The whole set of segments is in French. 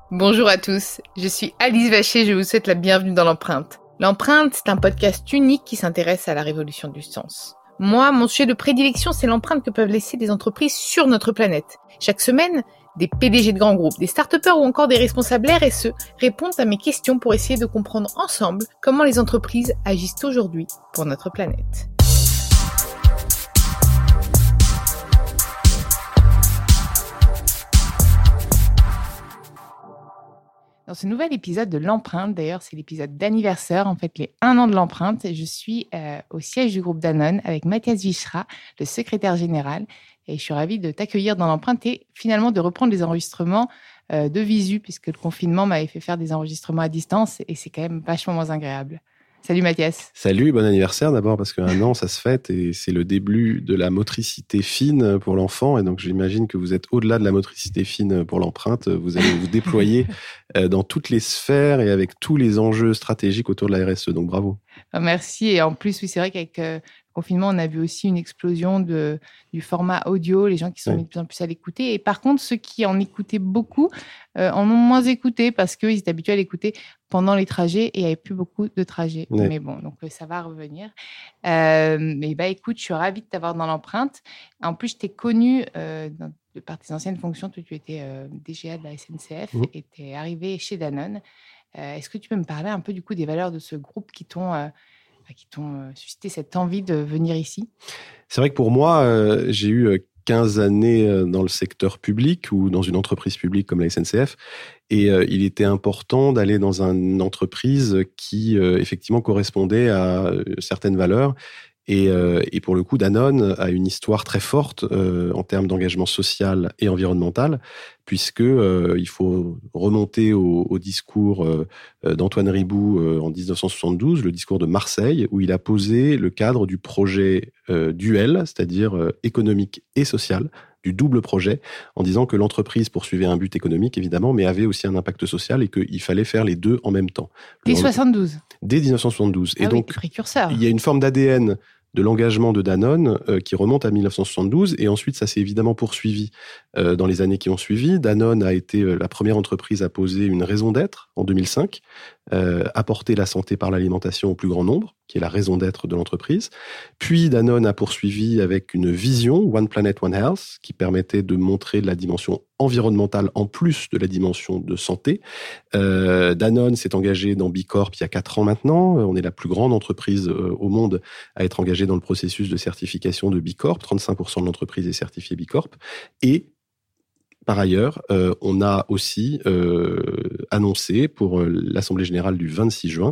Bonjour à tous, je suis Alice Vacher, je vous souhaite la bienvenue dans l'Empreinte. L'Empreinte, c'est un podcast unique qui s'intéresse à la révolution du sens. Moi, mon sujet de prédilection, c'est l'empreinte que peuvent laisser des entreprises sur notre planète. Chaque semaine, des PDG de grands groupes, des start-upers ou encore des responsables RSE répondent à mes questions pour essayer de comprendre ensemble comment les entreprises agissent aujourd'hui pour notre planète. Dans ce nouvel épisode de l'Empreinte, d'ailleurs, c'est l'épisode d'anniversaire, en fait, les 1 an de l'Empreinte. Je suis au siège du groupe Danone avec Mathias Wichra, le secrétaire général. Et je suis ravie de t'accueillir dans l'Empreinte et finalement de reprendre les enregistrements de visu, puisque le confinement m'avait fait faire des enregistrements à distance et c'est quand même vachement moins agréable. Salut Mathias. Salut, bon anniversaire d'abord, parce qu'un an, ça se fête et c'est le début de la motricité fine pour l'enfant. Et donc, j'imagine que vous êtes au-delà de la motricité fine pour l'empreinte. Vous allez vous déployer dans toutes les sphères et avec tous les enjeux stratégiques autour de la RSE. Donc, bravo. Merci. Et en plus, oui, c'est vrai qu'avec le confinement, on a vu aussi une explosion du format audio, les gens qui sont mis de plus en plus à l'écouter. Et par contre, ceux qui en écoutaient beaucoup en ont moins écouté parce qu'ils étaient habitués à l'écouter pendant les trajets et il n'y avait plus beaucoup de trajets. Ouais. Mais bon, donc ça va revenir. Mais écoute, je suis ravie de t'avoir dans l'Empreinte. En plus, je t'ai connue par tes anciennes fonctions. Tu étais DGA de la SNCF et tu es arrivé chez Danone. Est-ce que tu peux me parler un peu du coup des valeurs de ce groupe qui t'ont suscité cette envie de venir ici? C'est vrai que pour moi, j'ai eu 15 années dans le secteur public ou dans une entreprise publique comme la SNCF. Et il était important d'aller dans une entreprise qui, effectivement, correspondait à certaines valeurs. Et pour le coup, Danone a une histoire très forte en termes d'engagement social et environnemental, puisque il faut remonter au discours d'Antoine Riboud en 1972, le discours de Marseille, où il a posé le cadre du projet duel, c'est-à-dire économique et social, du double projet, en disant que l'entreprise poursuivait un but économique, évidemment, mais avait aussi un impact social et qu'il fallait faire les deux en même temps. Dès 72. Dès 1972. Ah et donc, précurseur. Il y a une forme d'ADN de l'engagement de Danone qui remonte à 1972 et ensuite ça s'est évidemment poursuivi dans les années qui ont suivi. Danone a été la première entreprise à poser une raison d'être en 2005, apporter la santé par l'alimentation au plus grand nombre, qui est la raison d'être de l'entreprise. Puis Danone a poursuivi avec une vision One Planet, One Health qui permettait de montrer la dimension environnementale en plus de la dimension de santé. Danone s'est engagé dans B Corp il y a 4 ans maintenant. On est la plus grande entreprise au monde à être engagée dans le processus de certification de B Corp. 35% de l'entreprise est certifiée B Corp. Et par ailleurs, on a aussi annoncé pour l'Assemblée générale du 26 juin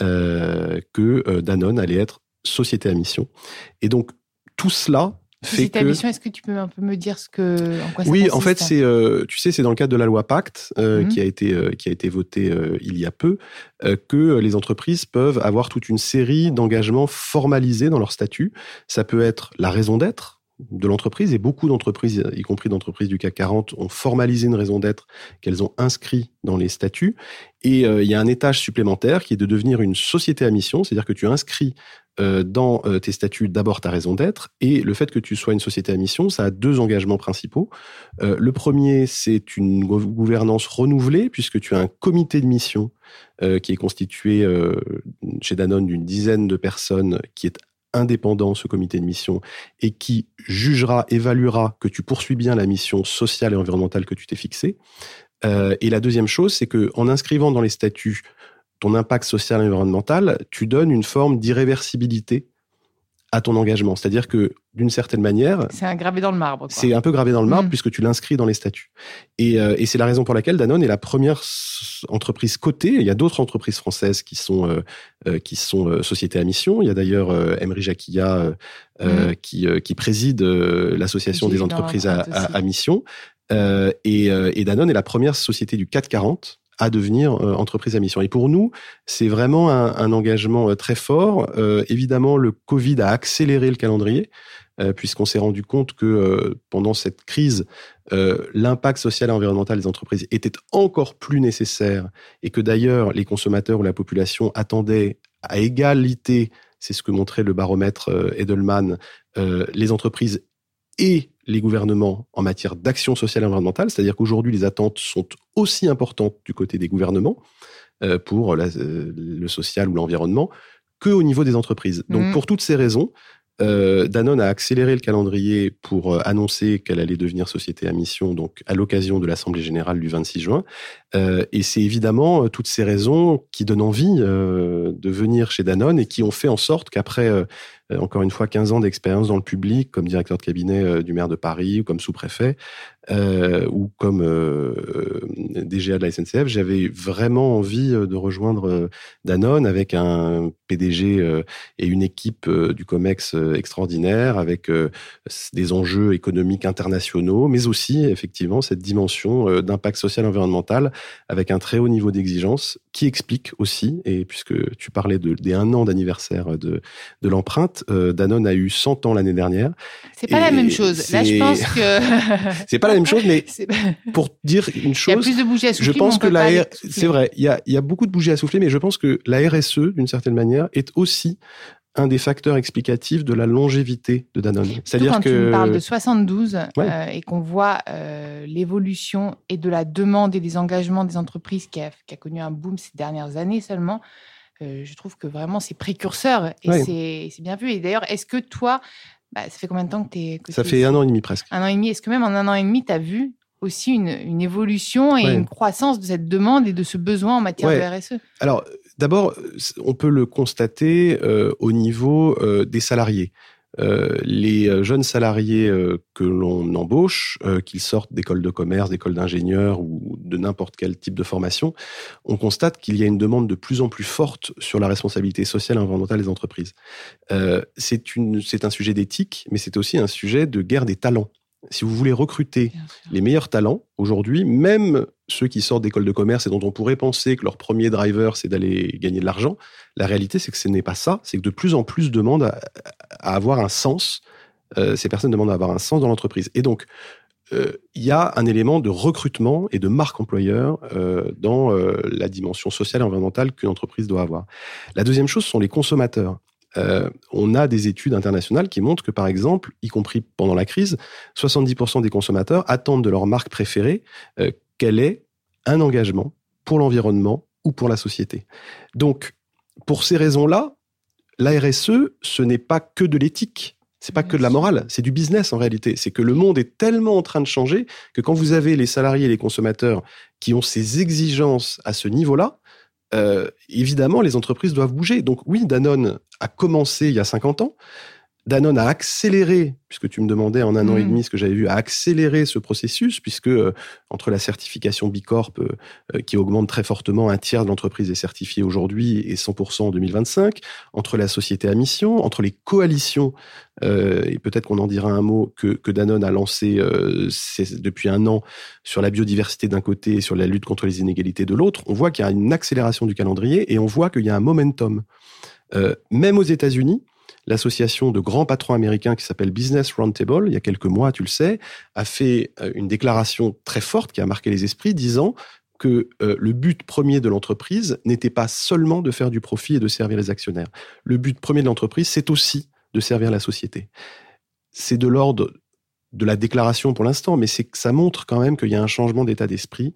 que Danone allait être société à mission. Et donc, tout cela fait que... Mission, est-ce que tu peux un peu me dire en quoi ça consiste? Oui, en fait, c'est dans le cadre de la loi Pacte qui a été votée il y a peu que les entreprises peuvent avoir toute une série d'engagements formalisés dans leur statut. Ça peut être la raison d'être de l'entreprise, et beaucoup d'entreprises, y compris d'entreprises du CAC 40, ont formalisé une raison d'être qu'elles ont inscrit dans les statuts. Et il y a un étage supplémentaire qui est de devenir une société à mission, c'est-à-dire que tu inscris dans tes statuts d'abord ta raison d'être, et le fait que tu sois une société à mission, ça a 2 engagements principaux. Le premier, c'est une gouvernance renouvelée, puisque tu as un comité de mission qui est constitué chez Danone d'une dizaine de personnes, qui est indépendant, ce comité de mission, et qui jugera, évaluera que tu poursuis bien la mission sociale et environnementale que tu t'es fixée. Et la deuxième chose, c'est que en inscrivant dans les statuts ton impact social et environnemental, tu donnes une forme d'irréversibilité à ton engagement. C'est-à-dire que, d'une certaine manière... C'est gravé dans le marbre, quoi. C'est un peu gravé dans le marbre puisque tu l'inscris dans les statuts. Et c'est la raison pour laquelle Danone est la première entreprise cotée. Il y a d'autres entreprises françaises qui sont sociétés à mission. Il y a d'ailleurs Emery Jacquilla qui préside l'association des entreprises à mission. Et Danone est la première société du CAC 40 à devenir entreprise à mission. Et pour nous, c'est vraiment un engagement très fort. Évidemment, le Covid a accéléré le calendrier, puisqu'on s'est rendu compte que pendant cette crise, l'impact social et environnemental des entreprises était encore plus nécessaire, et que d'ailleurs, les consommateurs ou la population attendaient à égalité, c'est ce que montrait le baromètre Edelman, les entreprises et les gouvernements en matière d'action sociale et environnementale, c'est-à-dire qu'aujourd'hui, les attentes sont aussi importantes du côté des gouvernements pour le social ou l'environnement qu'au niveau des entreprises. Donc, pour toutes ces raisons, Danone a accéléré le calendrier pour annoncer qu'elle allait devenir société à mission, donc à l'occasion de l'Assemblée générale du 26 juin. Et c'est évidemment toutes ces raisons qui donnent envie de venir chez Danone et qui ont fait en sorte qu'après, encore une fois, 15 ans d'expérience dans le public, comme directeur de cabinet du maire de Paris ou comme sous-préfet, ou comme DGA de la SNCF, j'avais vraiment envie de rejoindre Danone avec un PDG et une équipe du COMEX extraordinaire, avec des enjeux économiques internationaux, mais aussi effectivement cette dimension d'impact social et environnemental avec un très haut niveau d'exigence qui explique aussi, et puisque tu parlais des 1 an d'anniversaire de l'empreinte, Danone a eu 100 ans l'année dernière. C'est pas la même chose. Là, je pense que... C'est pas la même chose, mais pour dire une chose... Il y a plus de bougies à souffler, je pense que c'est vrai, il y a beaucoup de bougies à souffler, mais je pense que la RSE, d'une certaine manière, est aussi un des facteurs explicatifs de la longévité de Danone. C'est-à-dire quand tu me parles de 72 et qu'on voit l'évolution et de la demande et des engagements des entreprises qui a connu un boom ces dernières années seulement, je trouve que vraiment c'est précurseur et c'est bien vu. Et d'ailleurs, est-ce que toi, ça fait combien de temps que ça fait 1 an et demi presque. 1 an et demi. Est-ce que même en 1 an et demi, tu as vu aussi une évolution et une croissance de cette demande et de ce besoin en matière de RSE? Alors, d'abord, on peut le constater au niveau des salariés. Les jeunes salariés que l'on embauche, qu'ils sortent d'écoles de commerce, d'écoles d'ingénieurs ou de n'importe quel type de formation, on constate qu'il y a une demande de plus en plus forte sur la responsabilité sociale et environnementale des entreprises. C'est un sujet d'éthique, mais c'est aussi un sujet de guerre des talents. Si vous voulez recruter les meilleurs talents, aujourd'hui, même ceux qui sortent d'écoles de commerce et dont on pourrait penser que leur premier driver, c'est d'aller gagner de l'argent, la réalité, c'est que ce n'est pas ça. C'est que de plus en plus demandent à avoir un sens. Ces personnes demandent à avoir un sens dans l'entreprise. Et donc, il y a un élément de recrutement et de marque employeur dans la dimension sociale et environnementale qu'une entreprise doit avoir. La deuxième chose sont les consommateurs. On a des études internationales qui montrent que, par exemple, y compris pendant la crise, 70% des consommateurs attendent de leur marque préférée qu'elle ait un engagement pour l'environnement ou pour la société. Donc, pour ces raisons-là, la RSE, ce n'est pas que de l'éthique, c'est pas que de la morale, c'est du business en réalité. C'est que le monde est tellement en train de changer que quand vous avez les salariés et les consommateurs qui ont ces exigences à ce niveau-là, évidemment, les entreprises doivent bouger. Donc oui, Danone a commencé il y a 50 ans. Danone a accéléré, puisque tu me demandais en 1 an et demi ce que j'avais vu, a accéléré ce processus, puisque entre la certification B Corp, qui augmente très fortement, 1/3 de l'entreprise est certifiée aujourd'hui et 100% en 2025, entre la société à mission, entre les coalitions, et peut-être qu'on en dira un mot, que Danone a lancé depuis 1 an sur la biodiversité d'un côté et sur la lutte contre les inégalités de l'autre, on voit qu'il y a une accélération du calendrier et on voit qu'il y a un momentum. Même aux États-Unis, l'association de grands patrons américains qui s'appelle Business Roundtable, il y a quelques mois, tu le sais, a fait une déclaration très forte qui a marqué les esprits, disant que le but premier de l'entreprise n'était pas seulement de faire du profit et de servir les actionnaires. Le but premier de l'entreprise, c'est aussi de servir la société. C'est de l'ordre de la déclaration pour l'instant, mais ça montre quand même qu'il y a un changement d'état d'esprit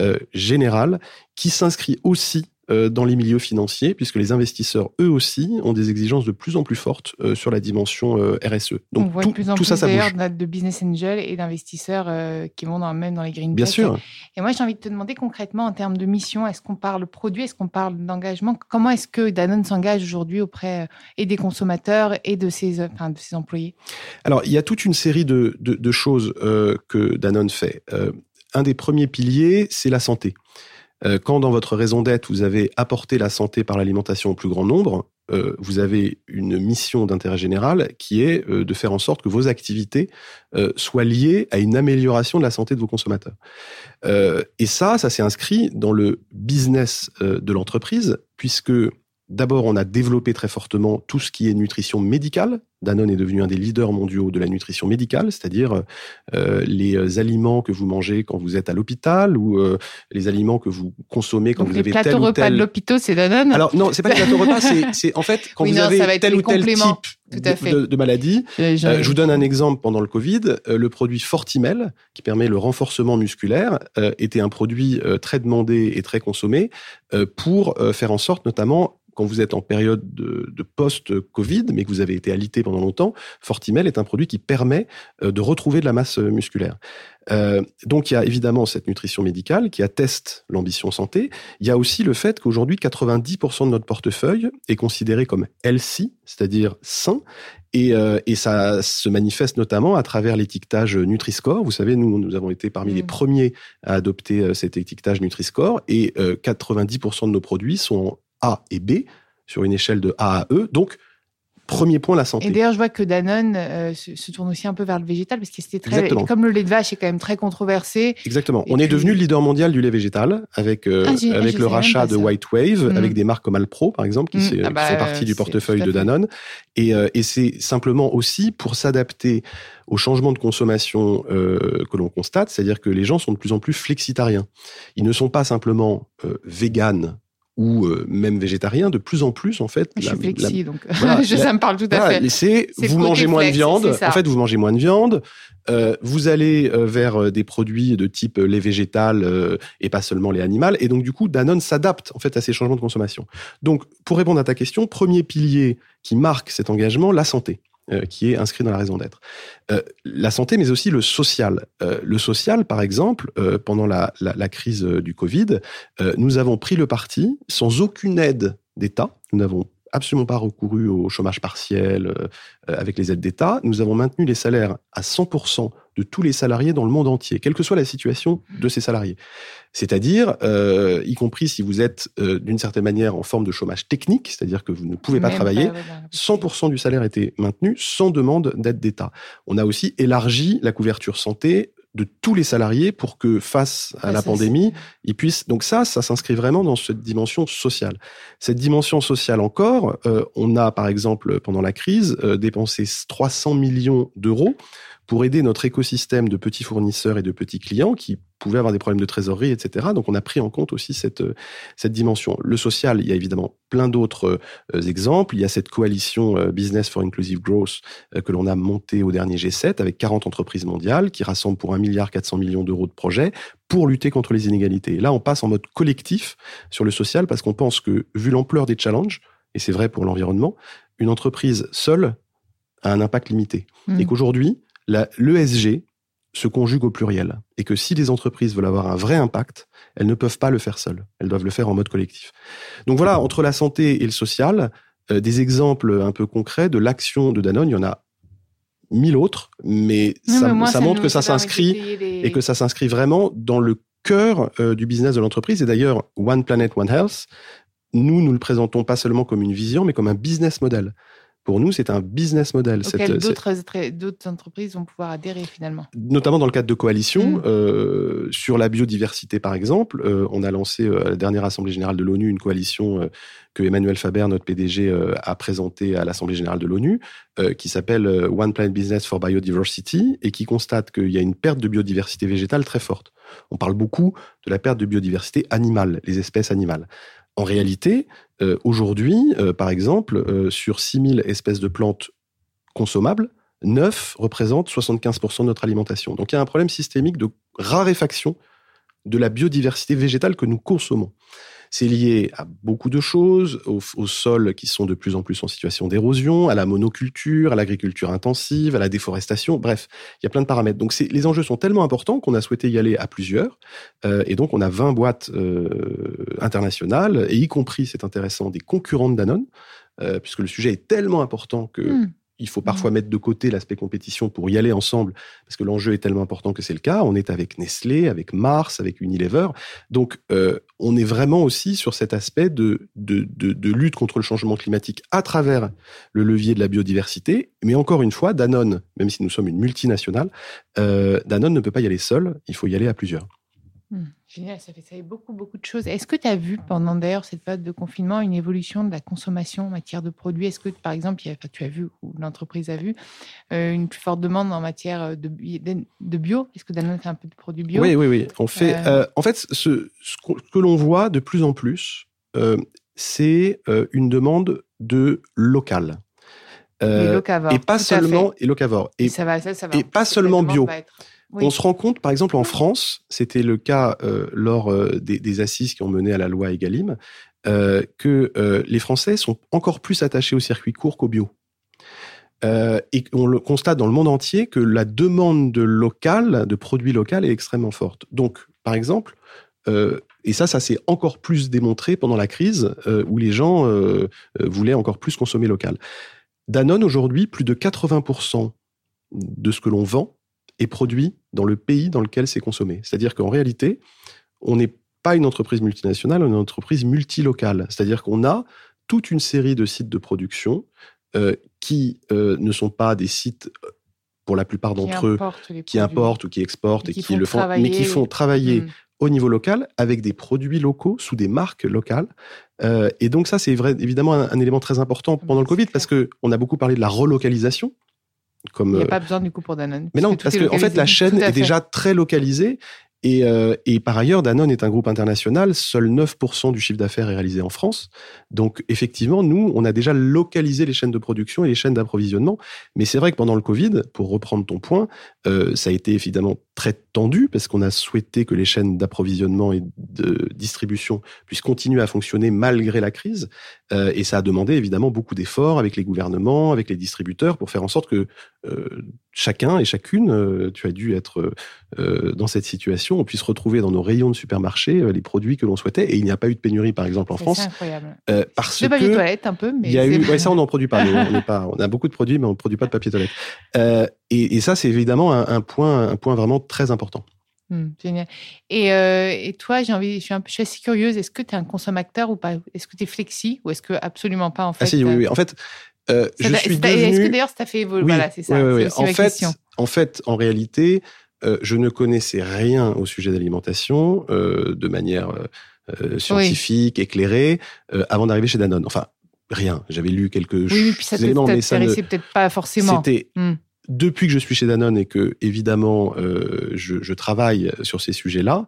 général qui s'inscrit aussi dans les milieux financiers, puisque les investisseurs, eux aussi, ont des exigences de plus en plus fortes sur la dimension RSE. Donc, on voit de plus en plus d'ailleurs de business angels et d'investisseurs qui vont même dans les green tech. Bien sûr. Et moi, j'ai envie de te demander concrètement, en termes de mission, est-ce qu'on parle produit, est-ce qu'on parle d'engagement? Comment est-ce que Danone s'engage aujourd'hui auprès et des consommateurs et de ses employés? Alors, il y a toute une série de choses que Danone fait. Un des premiers piliers, c'est la santé. Quand dans votre raison d'être, vous avez apporté la santé par l'alimentation au plus grand nombre, vous avez une mission d'intérêt général qui est de faire en sorte que vos activités soient liées à une amélioration de la santé de vos consommateurs. Et ça s'est inscrit dans le business de l'entreprise, puisque D'abord, on a développé très fortement tout ce qui est nutrition médicale. Danone est devenu un des leaders mondiaux de la nutrition médicale, c'est-à-dire les aliments que vous mangez quand vous êtes à l'hôpital ou les aliments que vous consommez quand donc vous avez tel ou tel... Les plateaux repas de l'hôpital, c'est Danone? Alors non, c'est pas les plateaux repas, c'est en fait quand vous avez tel ou tel type de maladie. Je vous donne un exemple. Pendant le Covid, le produit Fortimel, qui permet le renforcement musculaire, était un produit très demandé et très consommé pour faire en sorte, notamment, quand vous êtes en période de post-Covid, mais que vous avez été alité pendant longtemps, Fortimel est un produit qui permet de retrouver de la masse musculaire. Donc, il y a évidemment cette nutrition médicale qui atteste l'ambition santé. Il y a aussi le fait qu'aujourd'hui, 90% de notre portefeuille est considéré comme healthy, c'est-à-dire sain. Et ça se manifeste notamment à travers l'étiquetage Nutri-Score. Vous savez, nous avons été parmi les premiers à adopter cet étiquetage Nutri-Score. Et 90% de nos produits sont A et B, sur une échelle de A à E. Donc, premier point, la santé. Et d'ailleurs, je vois que Danone se tourne aussi un peu vers le végétal, parce que c'était très... Exactement. Comme le lait de vache est quand même très controversé. Exactement. On est devenu le leader mondial du lait végétal, avec le rachat de White Wave, avec des marques comme Alpro, par exemple, qui font partie du portefeuille de Danone. Et c'est simplement aussi pour s'adapter aux changements de consommation que l'on constate, c'est-à-dire que les gens sont de plus en plus flexitariens. Ils ne sont pas simplement véganes, ou même végétarien, de plus en plus, en fait. Je suis flexi, donc voilà, ça me parle tout à fait. C'est vous mangez moins de viande. En fait, vous mangez moins de viande. Vous allez vers des produits de type lait végétal et pas seulement lait animal. Et donc, du coup, Danone s'adapte, en fait, à ces changements de consommation. Donc, pour répondre à ta question, premier pilier qui marque cet engagement, la santé, qui est inscrit dans la raison d'être. La santé, mais aussi le social. Le social, par exemple, pendant la crise du Covid, nous avons pris le parti, sans aucune aide d'État, nous n'avons absolument pas recouru au chômage partiel avec les aides d'État, nous avons maintenu les salaires à 100% de tous les salariés dans le monde entier, quelle que soit la situation de ces salariés. C'est-à-dire, y compris si vous êtes d'une certaine manière en forme de chômage technique, c'est-à-dire que vous ne pouvez pas travailler, 100% du salaire était maintenu sans demande d'aide d'État. On a aussi élargi la couverture santé de tous les salariés pour que face à la pandémie, ils puissent... Donc ça s'inscrit vraiment dans cette dimension sociale. Cette dimension sociale encore, on a par exemple, pendant la crise, dépensé 300 millions d'euros pour aider notre écosystème de petits fournisseurs et de petits clients qui pouvaient avoir des problèmes de trésorerie, etc. Donc, on a pris en compte aussi cette dimension. Le social, il y a évidemment plein d'autres exemples. Il y a cette coalition Business for Inclusive Growth que l'on a montée au dernier G7 avec 40 entreprises mondiales qui rassemblent pour 1,4 milliard d'euros de projets pour lutter contre les inégalités. Et là, on passe en mode collectif sur le social parce qu'on pense que, vu l'ampleur des challenges, et c'est vrai pour l'environnement, une entreprise seule a un impact limité. Et qu'aujourd'hui, l'ESG se conjugue au pluriel et que si les entreprises veulent avoir un vrai impact, elles ne peuvent pas le faire seules. Elles doivent le faire en mode collectif. Donc voilà, entre la santé et le social, des exemples un peu concrets de l'action de Danone, il y en a 1000 autres, mais ça montre que ça s'inscrit et que ça s'inscrit vraiment dans le cœur du business de l'entreprise. Et d'ailleurs, One Planet, One Health, nous le présentons pas seulement comme une vision, mais comme un business model. Pour nous, c'est un business model. Auquel d'autres entreprises vont pouvoir adhérer finalement. Notamment dans le cadre de coalitions. Sur la biodiversité, par exemple, on a lancé à la dernière Assemblée générale de l'ONU une coalition que Emmanuel Faber, notre PDG, a présentée à l'Assemblée générale de l'ONU, qui s'appelle One Planet Business for Biodiversity et qui constate qu'il y a une perte de biodiversité végétale très forte. On parle beaucoup de la perte de biodiversité animale, les espèces animales. En réalité, aujourd'hui, par exemple, sur 6000 espèces de plantes consommables, 9 représentent 75% de notre alimentation. Donc il y a un problème systémique de raréfaction de la biodiversité végétale que nous consommons. C'est lié à beaucoup de choses, aux sols qui sont de plus en plus en situation d'érosion, à la monoculture, à l'agriculture intensive, à la déforestation, bref, il y a plein de paramètres. Donc les enjeux sont tellement importants qu'on a souhaité y aller à plusieurs, et donc on a 20 boîtes internationales, et y compris, c'est intéressant, des concurrents de Danone, puisque le sujet est tellement important que... Il faut parfois mettre de côté l'aspect compétition pour y aller ensemble, parce que l'enjeu est tellement important que c'est le cas. On est avec Nestlé, avec Mars, avec Unilever. Donc, on est vraiment aussi sur cet aspect de lutte contre le changement climatique à travers le levier de la biodiversité. Mais encore une fois, Danone, même si nous sommes une multinationale, Danone ne peut pas y aller seul. Il faut y aller à plusieurs. Génial, ça fait beaucoup de choses. Est-ce que tu as vu pendant d'ailleurs cette période de confinement une évolution de la consommation en matière de produits? Est-ce que par exemple, tu as vu ou l'entreprise a vu une plus forte demande en matière de bio? Est-ce que Danone fait un peu de produits bio? Oui. On fait, en fait, ce que l'on voit de plus en plus, c'est une demande de local. Et pas seulement et locavore. Et ça va et pas seulement bio. Oui. On se rend compte, par exemple, en France, c'était le cas lors des assises qui ont mené à la loi Egalim, que les Français sont encore plus attachés au circuit court qu'au bio. Et on le constate dans le monde entier que la demande de produits locaux est extrêmement forte. Donc, par exemple, et ça s'est encore plus démontré pendant la crise, où les gens voulaient encore plus consommer local. Danone, aujourd'hui, plus de 80% de ce que l'on vend est produit dans le pays dans lequel c'est consommé. C'est-à-dire qu'en réalité, on n'est pas une entreprise multinationale, on est une entreprise multilocale. C'est-à-dire qu'on a toute une série de sites de production qui ne sont pas des sites, pour la plupart d'entre eux, qui importent ou qui exportent et qui le font, mais qui font travailler au niveau local avec des produits locaux sous des marques locales. Et donc ça, c'est évidemment un élément très important pendant le Covid, parce qu'on a beaucoup parlé de la relocalisation. Il n'y a pas besoin du coup pour Danone. Mais non, parce qu'en fait, la chaîne est déjà très localisée. Et par ailleurs, Danone est un groupe international. Seul 9% du chiffre d'affaires est réalisé en France. Donc, effectivement, nous, on a déjà localisé les chaînes de production et les chaînes d'approvisionnement. Mais c'est vrai que pendant le Covid, pour reprendre ton point, ça a été évidemment très tendu parce qu'on a souhaité que les chaînes d'approvisionnement et de distribution puissent continuer à fonctionner malgré la crise. Et ça a demandé évidemment beaucoup d'efforts avec les gouvernements, avec les distributeurs pour faire en sorte que chacun et chacune, tu as dû être dans cette situation, on puisse retrouver dans nos rayons de supermarché les produits que l'on souhaitait. Et il n'y a pas eu de pénurie, par exemple, en France. C'est incroyable. Parce de papier toilette, un peu, mais il y a eu, ça, on n'en produit pas. On a beaucoup de produits, mais on ne produit pas de papier toilette. Et ça, c'est évidemment un point vraiment très important. Génial. Et toi, je suis assez curieuse. Est-ce que tu es un consommateur ou pas? Est-ce que tu es flexi ou est-ce que absolument pas en fait? Ah si, oui. En fait, je suis devenu... Est-ce que d'ailleurs ça t'a fait évoluer? Oui, voilà, c'est ça. Oui. C'est aussi ma question. En fait, en réalité, je ne connaissais rien au sujet d'alimentation de manière scientifique, éclairée, avant d'arriver chez Danone. Enfin, rien. J'avais lu quelques mais puis ça éléments, mais ça peut-être pas forcément. C'était depuis que je suis chez Danone et que, évidemment, je travaille sur ces sujets-là,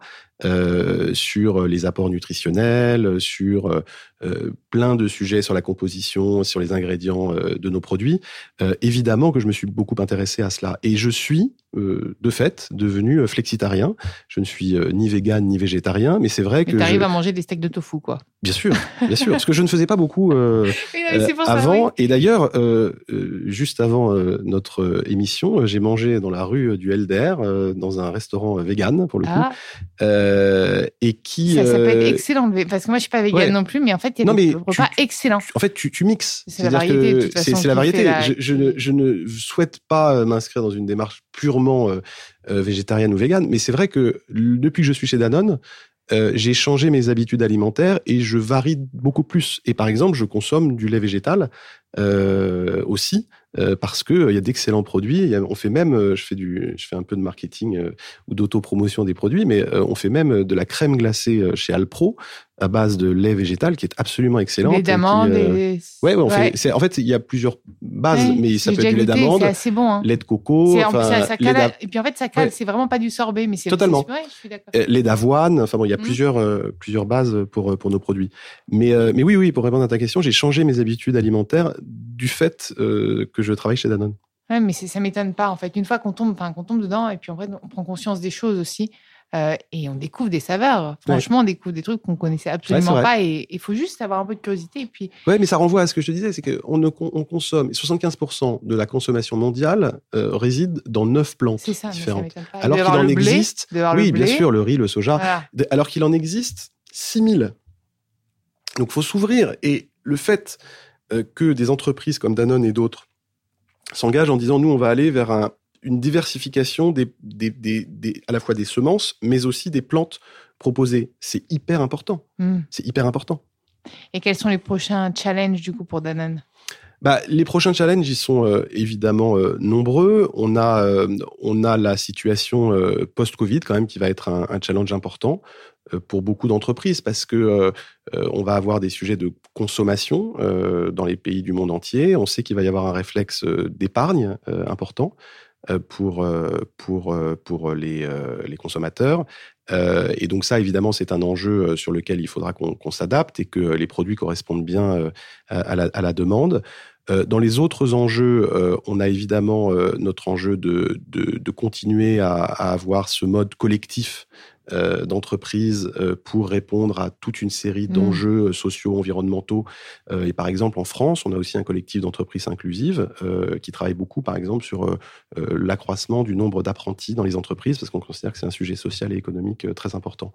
sur les apports nutritionnels, sur plein de sujets sur la composition, sur les ingrédients de nos produits. Évidemment que je me suis beaucoup intéressé à cela. Et je suis, de fait, devenu flexitarien. Je ne suis ni végane ni végétarien, mais c'est vrai que... Mais t'arrives à manger des steaks de tofu, quoi. Bien sûr. Parce que je ne faisais pas beaucoup avant. Et d'ailleurs, juste avant notre émission, j'ai mangé dans la rue du LDR, dans un restaurant vegan, pour le coup. Et qui... Ça peut être excellent, parce que moi, je suis pas végane non plus, mais en fait, il y a des repas excellents. En fait, tu mixes. C'est la variété, de toute façon. C'est la variété. Je ne souhaite pas m'inscrire dans une démarche purement végétarienne ou végane, mais c'est vrai que depuis que je suis chez Danone, j'ai changé mes habitudes alimentaires et je varie beaucoup plus. Et par exemple, je consomme du lait végétal aussi, parce que il y a d'excellents produits. On fait même, je fais un peu de marketing ou d'autopromotion des produits, mais on fait même de la crème glacée chez Alpro à base de lait végétal qui est absolument excellente. Lait d'amande. En fait, il y a plusieurs bases, mais ça peut être du lait d'amande, c'est assez bon, hein. lait de coco. Ça cale, et puis en fait, ça cale. C'est vraiment pas du sorbet, mais c'est totalement. Je suis d'accord. Lait d'avoine. Enfin bon, il y a plusieurs bases pour nos produits. Mais oui, pour répondre à ta question, j'ai changé mes habitudes alimentaires du fait que je travaille chez Danone. Ouais, mais ça m'étonne pas en fait. Une fois qu'on tombe dedans, et puis en fait, on prend conscience des choses aussi. Et on découvre des saveurs. Franchement, on découvre des trucs qu'on connaissait absolument pas. Et il faut juste avoir un peu de curiosité. Et puis... Ouais, mais ça renvoie à ce que je te disais, c'est qu'on consomme 75% de la consommation mondiale réside dans 9 plantes différentes. Alors qu'il en existe, bien sûr, le riz, le soja. Voilà. Alors qu'il en existe 6000. Donc, faut s'ouvrir. Et le fait que des entreprises comme Danone et d'autres s'engagent en disant, nous, on va aller vers une diversification à la fois des semences, mais aussi des plantes proposées. C'est hyper important. C'est hyper important. Et quels sont les prochains challenges, du coup, pour Danone ? Les prochains challenges, ils sont évidemment nombreux. On a la situation post-Covid quand même qui va être un challenge important pour beaucoup d'entreprises parce que on va avoir des sujets de consommation dans les pays du monde entier. On sait qu'il va y avoir un réflexe d'épargne important pour les consommateurs. Et donc ça, évidemment, c'est un enjeu sur lequel il faudra qu'on s'adapte et que les produits correspondent bien à la demande. Dans les autres enjeux, on a évidemment notre enjeu de continuer à avoir ce mode collectif d'entreprise pour répondre à toute une série d'enjeux sociaux, environnementaux. Et par exemple, en France, on a aussi un collectif d'entreprises inclusives qui travaille beaucoup, par exemple, sur l'accroissement du nombre d'apprentis dans les entreprises, parce qu'on considère que c'est un sujet social et économique très important.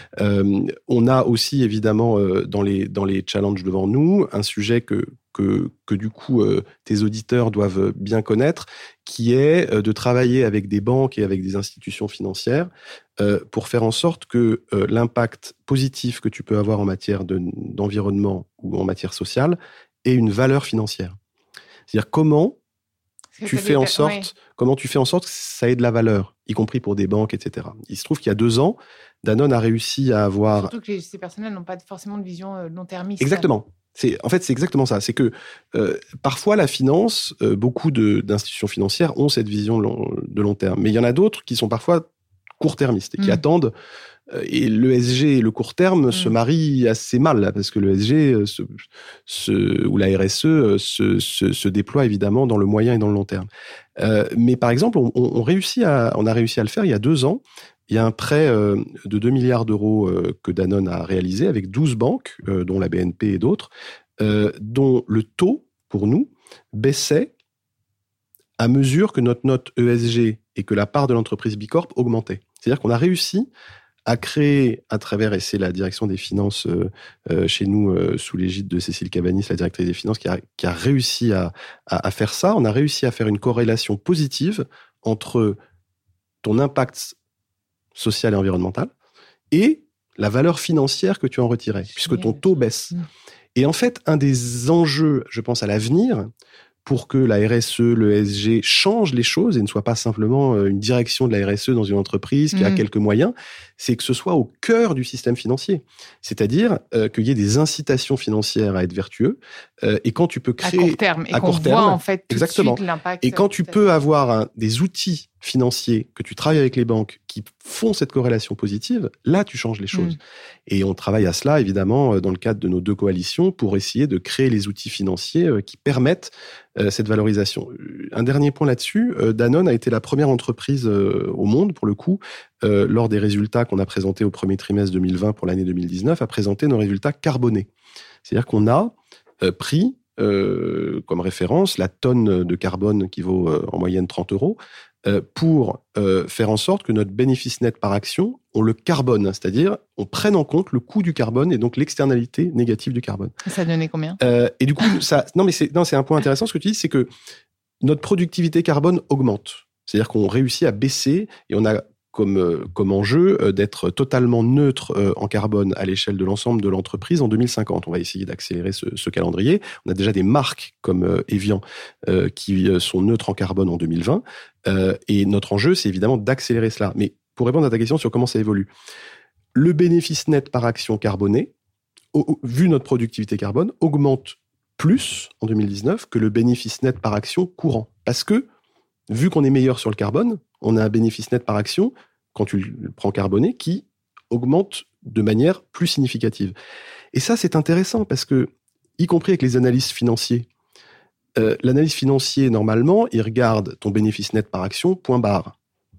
On a aussi, évidemment, dans les challenges devant nous, un sujet que du coup tes auditeurs doivent bien connaître, qui est de travailler avec des banques et avec des institutions financières pour faire en sorte que l'impact positif que tu peux avoir en matière d'environnement ou en matière sociale ait une valeur financière. C'est-à-dire comment tu fais en sorte que ça ait de la valeur, y compris pour des banques, etc. Il se trouve qu'il y a 2 ans, Danone a réussi à avoir... Surtout que ces personnes-là n'ont pas forcément de vision long-termiste. Exactement. C'est exactement ça. C'est que parfois, la finance, beaucoup d'institutions financières ont cette vision de long terme. Mais il y en a d'autres qui sont parfois court-termistes et qui attendent. Et l'ESG et le court terme se marient assez mal, là, parce que l'ESG ou la RSE se déploie évidemment dans le moyen et dans le long terme. Mais par exemple, on a réussi à le faire il y a 2 ans. Il y a un prêt de 2 milliards d'euros que Danone a réalisé avec 12 banques, dont la BNP et d'autres, dont le taux, pour nous, baissait à mesure que notre note ESG et que la part de l'entreprise Bicorp augmentait. C'est-à-dire qu'on a réussi à créer à travers, et c'est la direction des finances chez nous, sous l'égide de Cécile Cabanis, la directrice des finances, qui a réussi à faire ça. On a réussi à faire une corrélation positive entre ton impact social et environnemental et la valeur financière que tu en retirais, puisque ton taux baisse. Et en fait, un des enjeux, je pense, à l'avenir, pour que la RSE, le ESG changent les choses et ne soit pas simplement une direction de la RSE dans une entreprise qui a quelques moyens, c'est que ce soit au cœur du système financier. C'est-à-dire qu'il y ait des incitations financières à être vertueux. Et quand tu peux créer... À court terme. Et qu'on voit en fait tout de suite l'impact. Et quand tu peux avoir des outils financiers, que tu travailles avec les banques qui font cette corrélation positive, là, tu changes les choses. Et on travaille à cela, évidemment, dans le cadre de nos 2 coalitions, pour essayer de créer les outils financiers qui permettent cette valorisation. Un dernier point là-dessus, Danone a été la première entreprise au monde, pour le coup, lors des résultats qu'on a présentés au premier trimestre 2020 pour l'année 2019, à présenter nos résultats carbonés. C'est-à-dire qu'on a pris comme référence la tonne de carbone qui vaut en moyenne 30 euros, pour faire en sorte que notre bénéfice net par action, on le carbone, c'est-à-dire on prenne en compte le coût du carbone et donc l'externalité négative du carbone. Ça donnait combien ? Et du coup, c'est un point intéressant ce que tu dis, c'est que notre productivité carbone augmente. C'est-à-dire qu'on réussit à baisser et on a comme enjeu d'être totalement neutre en carbone à l'échelle de l'ensemble de l'entreprise en 2050. On va essayer d'accélérer ce calendrier. On a déjà des marques comme Evian qui sont neutres en carbone en 2020. Et notre enjeu, c'est évidemment d'accélérer cela. Mais pour répondre à ta question sur comment ça évolue, le bénéfice net par action carbonée, vu notre productivité carbone, augmente plus en 2019 que le bénéfice net par action courant. Parce que, vu qu'on est meilleur sur le carbone, on a un bénéfice net par action, quand tu le prends carboné, qui augmente de manière plus significative. Et ça, c'est intéressant parce que, y compris avec les analystes financiers, l'analyste financier, normalement, il regarde ton bénéfice net par action, point barre.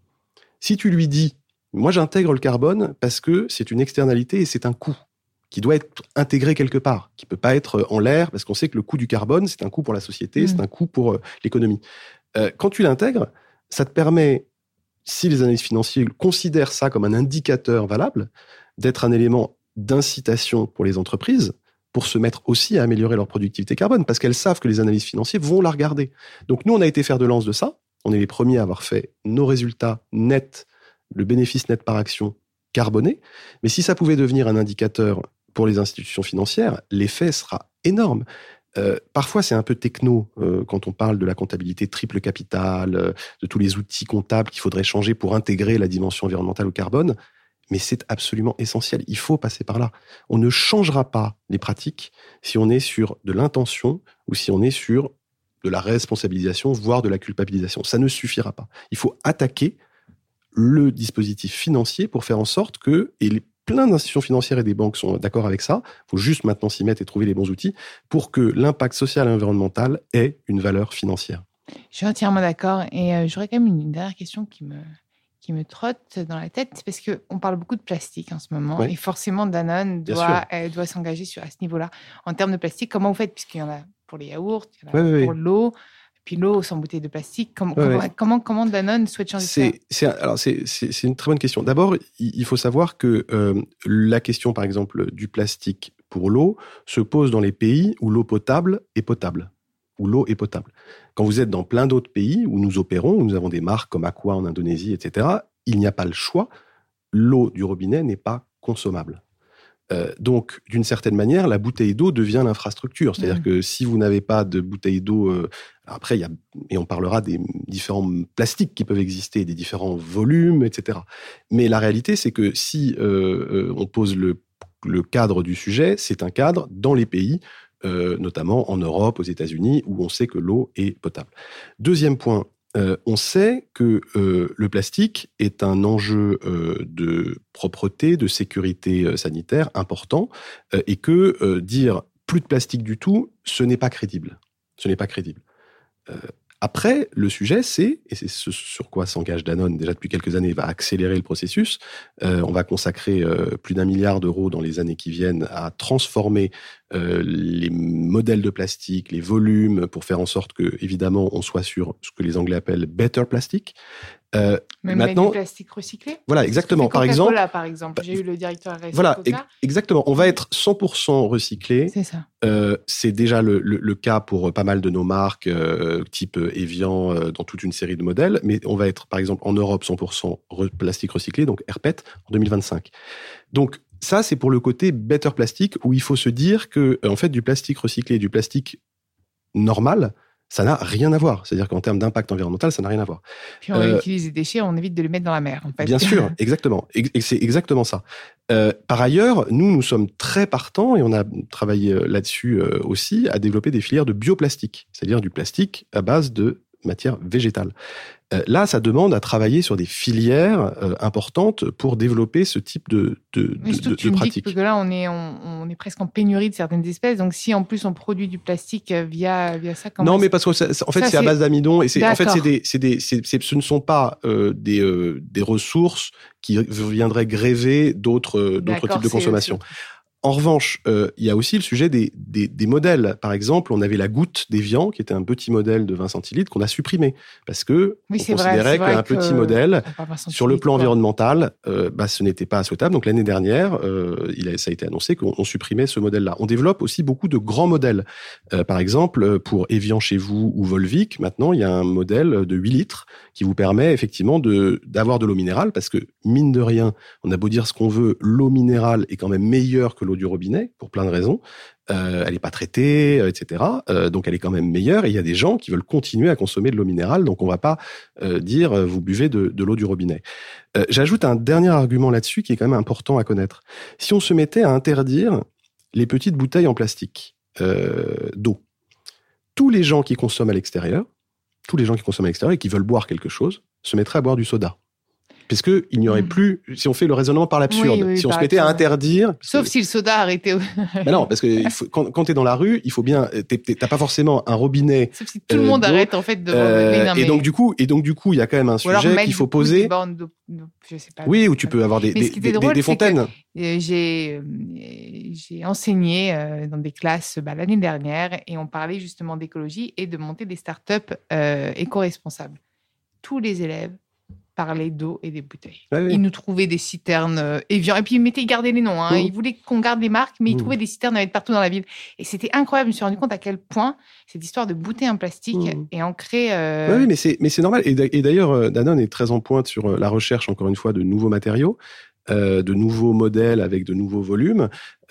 Si tu lui dis, moi j'intègre le carbone parce que c'est une externalité et c'est un coût qui doit être intégré quelque part, qui peut pas être en l'air, parce qu'on sait que le coût du carbone, c'est un coût pour la société, c'est un coût pour l'économie. Quand tu l'intègres, ça te permet, si les analystes financiers considèrent ça comme un indicateur valable, d'être un élément d'incitation pour les entreprises pour se mettre aussi à améliorer leur productivité carbone, parce qu'elles savent que les analystes financiers vont la regarder. Donc nous, on a été fer de lance de ça. On est les premiers à avoir fait nos résultats nets, le bénéfice net par action carboné. Mais si ça pouvait devenir un indicateur pour les institutions financières, l'effet sera énorme. Parfois, c'est un peu techno quand on parle de la comptabilité triple capital, de tous les outils comptables qu'il faudrait changer pour intégrer la dimension environnementale au carbone. Mais c'est absolument essentiel. Il faut passer par là. On ne changera pas les pratiques si on est sur de l'intention ou si on est sur de la responsabilisation, voire de la culpabilisation. Ça ne suffira pas. Il faut attaquer le dispositif financier pour faire en sorte que, plein d'institutions financières et des banques sont d'accord avec ça, il faut juste maintenant s'y mettre et trouver les bons outils pour que l'impact social et environnemental ait une valeur financière. Je suis entièrement d'accord. Et j'aurais quand même une dernière question qui me trotte dans la tête, parce qu'on parle beaucoup de plastique en ce moment, et forcément Danone doit s'engager à ce niveau-là. En termes de plastique, comment vous faites? Puisqu'il y en a pour les yaourts, il y en a pour l'eau, puis l'eau sans bouteille de plastique. Comment Danone souhaite changer ça? C'est une très bonne question. D'abord, il faut savoir que la question, par exemple, du plastique pour l'eau se pose dans les pays où l'eau potable est potable. Où l'eau est potable. Quand vous êtes dans plein d'autres pays où nous opérons, où nous avons des marques comme Aqua en Indonésie, etc., il n'y a pas le choix. L'eau du robinet n'est pas consommable. Donc, d'une certaine manière, la bouteille d'eau devient l'infrastructure. C'est-à-dire que si vous n'avez pas de bouteille d'eau... après, et on parlera des différents plastiques qui peuvent exister, des différents volumes, etc. Mais la réalité, c'est que si on pose le cadre du sujet, c'est un cadre dans les pays notamment en Europe, aux États-Unis, où on sait que l'eau est potable. Deuxième point, on sait que le plastique est un enjeu de propreté, de sécurité sanitaire important, et que dire plus de plastique du tout, ce n'est pas crédible. Ce n'est pas crédible. Après, le sujet, et c'est ce sur quoi s'engage Danone déjà depuis quelques années, va accélérer le processus. On va consacrer plus d'1 milliard d'euros dans les années qui viennent à transformer les modèles de plastique, les volumes, pour faire en sorte que, évidemment, on soit sur ce que les Anglais appellent better plastic. Maintenant, du plastique recyclé. Voilà, exactement. Par exemple, j'ai eu le directeur RSE. Voilà, exactement. On va être 100% recyclé. C'est ça. C'est déjà le cas pour pas mal de nos marques, type Evian, dans toute une série de modèles. Mais on va être, par exemple, en Europe, 100% plastique recyclé, donc RPET, en 2025. Donc, ça, c'est pour le côté better plastic, où il faut se dire que, en fait, du plastique recyclé et du plastique normal, ça n'a rien à voir. C'est-à-dire qu'en termes d'impact environnemental, ça n'a rien à voir. Puis on réutilise les déchets, on évite de les mettre dans la mer, en fait. Bien sûr, exactement. Et c'est exactement ça. Par ailleurs, nous sommes très partants, et on a travaillé là-dessus aussi, à développer des filières de bioplastique, c'est-à-dire du plastique à base de matière végétale. Là, ça demande à travailler sur des filières importantes pour développer ce type de pratique. Parce que là, on est presque en pénurie de certaines espèces. Donc, si en plus on produit du plastique via ça, non, mais parce que c'est à base d'amidon, et ce ne sont pas des ressources qui viendraient gréver d'autres types de consommation. En revanche, il y a aussi le sujet des modèles. Par exemple, on avait la goutte d'Evian, qui était un petit modèle de 20 centilitres qu'on a supprimé parce que on considérait qu'un petit modèle, sur le plan environnemental, ce n'était pas souhaitable. Donc l'année dernière, ça a été annoncé qu'on supprimait ce modèle-là. On développe aussi beaucoup de grands modèles. Par exemple, pour Evian chez vous ou Volvic, maintenant, il y a un modèle de 8 litres qui vous permet effectivement d'avoir de l'eau minérale, parce que, mine de rien, on a beau dire ce qu'on veut, l'eau minérale est quand même meilleure que l'eau du robinet, pour plein de raisons. Elle n'est pas traitée, etc. Donc elle est quand même meilleure, et il y a des gens qui veulent continuer à consommer de l'eau minérale, donc on va pas dire vous buvez de l'eau du robinet. J'ajoute un dernier argument là-dessus qui est quand même important à connaître. Si on se mettait à interdire les petites bouteilles en plastique d'eau, tous les gens qui consomment à l'extérieur et qui veulent boire quelque chose se mettraient à boire du soda. Parce que il n'y aurait plus, si on fait le raisonnement par l'absurde, si on se mettait à interdire. Sauf si le soda arrêtait. Ben non, parce que quand t'es dans la rue, il faut bien, t'as pas forcément un robinet. Sauf si tout le monde arrête, en fait, de et donc du coup, il y a quand même un sujet qu'il faut poser. Je sais pas. Oui, où tu peux avoir des fontaines. J'ai enseigné dans des classes l'année dernière, et on parlait justement d'écologie et de monter des startups éco-responsables. Tous les élèves parlaient d'eau et des bouteilles. Oui. Ils nous trouvaient des citernes Evian, et puis ils gardaient les noms. Ils voulaient qu'on garde les marques, mais ils trouvaient des citernes à mettre partout dans la ville. Et c'était incroyable. Je me suis rendu compte à quel point cette histoire de bouteilles en plastique est ancrée. Oui, mais c'est normal. Et d'ailleurs, Danone est très en pointe sur la recherche, encore une fois, de nouveaux matériaux. de nouveaux modèles avec de nouveaux volumes,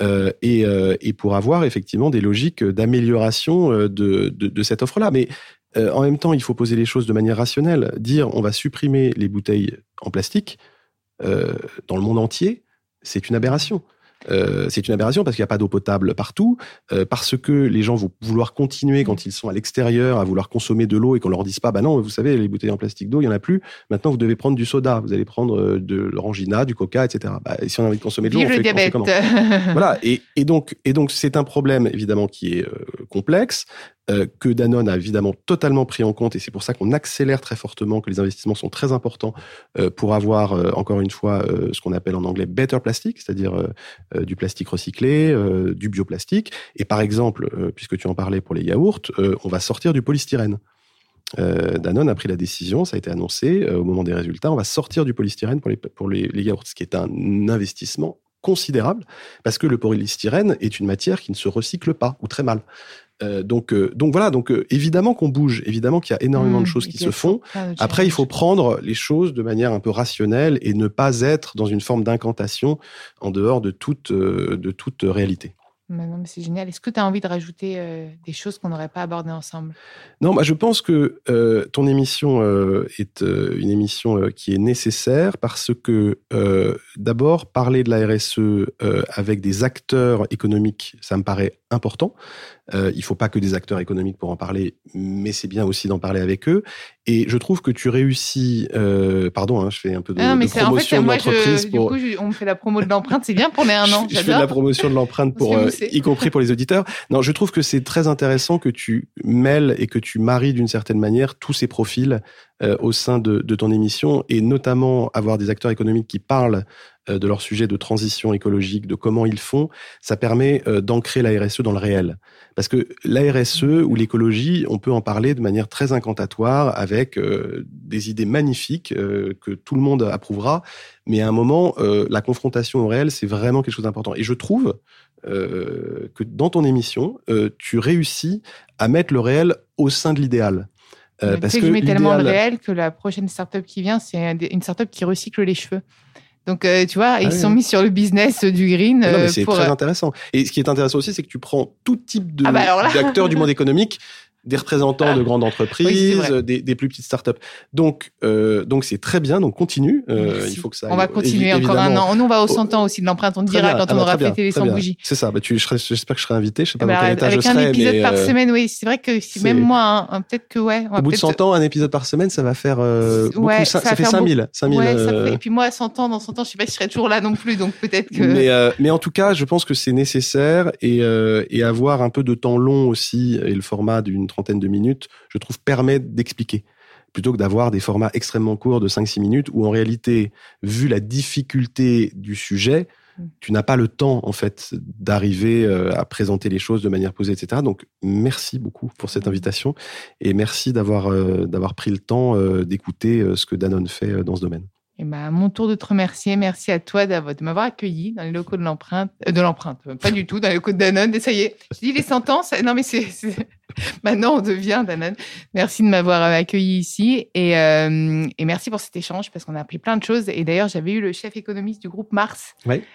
et pour avoir effectivement des logiques d'amélioration de cette offre-là. Mais en même temps, il faut poser les choses de manière rationnelle. Dire on va supprimer les bouteilles en plastique dans le monde entier, c'est une aberration. C'est une aberration parce qu'il n'y a pas d'eau potable partout, parce que les gens vont vouloir continuer quand ils sont à l'extérieur à vouloir consommer de l'eau et qu'on leur dise pas, bah non, vous savez, les bouteilles en plastique d'eau, il y en a plus. Maintenant, vous devez prendre du soda, vous allez prendre de l'orangina, du coca, etc. Bah, et si on a envie de consommer de l'eau, Vive le diabète. on fait comment ? Voilà. Et donc, c'est un problème évidemment qui est complexe. Que Danone a évidemment totalement pris en compte, et c'est pour ça qu'on accélère très fortement, que les investissements sont très importants pour avoir, encore une fois, ce qu'on appelle en anglais better plastic, c'est-à-dire du plastique recyclé, du bioplastique. Et par exemple, puisque tu en parlais pour les yaourts, on va sortir du polystyrène. Danone a pris la décision, ça a été annoncé au moment des résultats, on va sortir du polystyrène pour les yaourts, ce qui est un investissement considérable, parce que le polystyrène est une matière qui ne se recycle pas, ou très mal. Donc voilà, évidemment qu'on bouge, évidemment qu'il y a énormément de choses qui se font. Après, il faut prendre les choses de manière un peu rationnelle et ne pas être dans une forme d'incantation en dehors de toute réalité. Non, mais c'est génial. Est-ce que tu as envie de rajouter des choses qu'on n'aurait pas abordées ensemble ? Non, je pense que ton émission est une émission qui est nécessaire parce que d'abord, parler de la RSE avec des acteurs économiques, ça me paraît important. Il faut pas que des acteurs économiques pour en parler, mais c'est bien aussi d'en parler avec eux. Et je trouve que tu réussis... pardon, je fais un peu de promotion de l'entreprise. Du coup, on me fait la promo de l'empreinte, c'est bien pour les 1 an. Je fais de la promotion de l'empreinte, y compris pour les auditeurs. Non, je trouve que c'est très intéressant que tu mêles et que tu maries d'une certaine manière tous ces profils au sein de ton émission, et notamment avoir des acteurs économiques qui parlent de leur sujet de transition écologique, de comment ils font, ça permet d'ancrer la RSE dans le réel. Parce que la RSE ou l'écologie, on peut en parler de manière très incantatoire avec des idées magnifiques que tout le monde approuvera, mais à un moment, la confrontation au réel, c'est vraiment quelque chose d'important. Et je trouve que dans ton émission, tu réussis à mettre le réel au sein de l'idéal. Parce que je mets tellement le réel que la prochaine start-up qui vient, c'est une start-up qui recycle les cheveux. Donc, tu vois, ils sont mis sur le business du green. Non, mais c'est très intéressant. Et ce qui est intéressant aussi, c'est que tu prends tout type d'acteurs du monde économique, des représentants de grandes entreprises, des plus petites startups. Donc c'est très bien. Donc continue. Il faut que ça. On va continuer encore 1 an. Nous, on va au 100 ans aussi de l'empreinte. On te dira quand on aura fêté les 100 bougies. C'est ça. J'espère que je serai invité. Je sais pas dans quel état je serai. Avec un épisode par semaine, oui. C'est vrai que si même moi, peut-être que ouais. Au bout de 100 ans, un épisode par semaine, ça va faire beaucoup. Ça fait 5000. Et puis moi, 100 ans, dans 100 ans, je sais pas si je serai toujours là non plus. Donc peut-être que. Mais en tout cas, je pense que c'est nécessaire, et avoir un peu de temps long aussi, et le format d'une 30aine de minutes, je trouve, permet d'expliquer, plutôt que d'avoir des formats extrêmement courts de 5-6 minutes où en réalité, vu la difficulté du sujet, tu n'as pas le temps en fait d'arriver à présenter les choses de manière posée, etc. Donc merci beaucoup pour cette invitation, et merci d'avoir pris le temps d'écouter ce que Danone fait dans ce domaine. Et mon tour de te remercier. Merci à toi de m'avoir accueilli dans les locaux de l'empreinte. Pas du tout, dans les locaux de Danone. Et ça y est, je dis les 100 ans. Non, mais c'est... Maintenant, on devient Danone. Merci de m'avoir accueilli ici. Et merci pour cet échange, parce qu'on a appris plein de choses. Et d'ailleurs, j'avais eu le chef économiste du groupe Mars,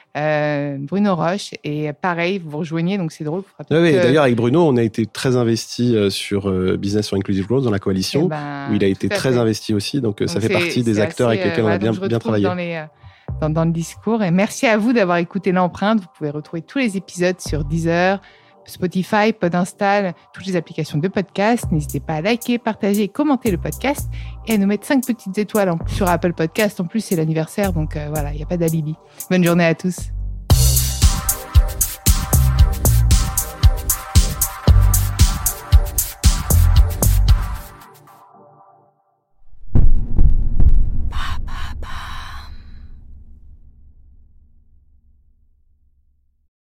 Bruno Roche. Et pareil, vous vous rejoignez, donc c'est drôle. Oui, d'ailleurs, avec Bruno, on a été très investi sur Business for Inclusive Growth dans la coalition, où il a été très investi aussi. Donc ça fait partie des acteurs avec lesquels on a bien travaillé. Dans le discours. Et merci à vous d'avoir écouté l'empreinte. Vous pouvez retrouver tous les épisodes sur Deezer, Spotify, Podinstall, toutes les applications de podcast. N'hésitez pas à liker, partager et commenter le podcast, et à nous mettre 5 petites étoiles sur Apple Podcast. En plus, c'est l'anniversaire, donc voilà, il n'y a pas d'alibi. Bonne journée à tous.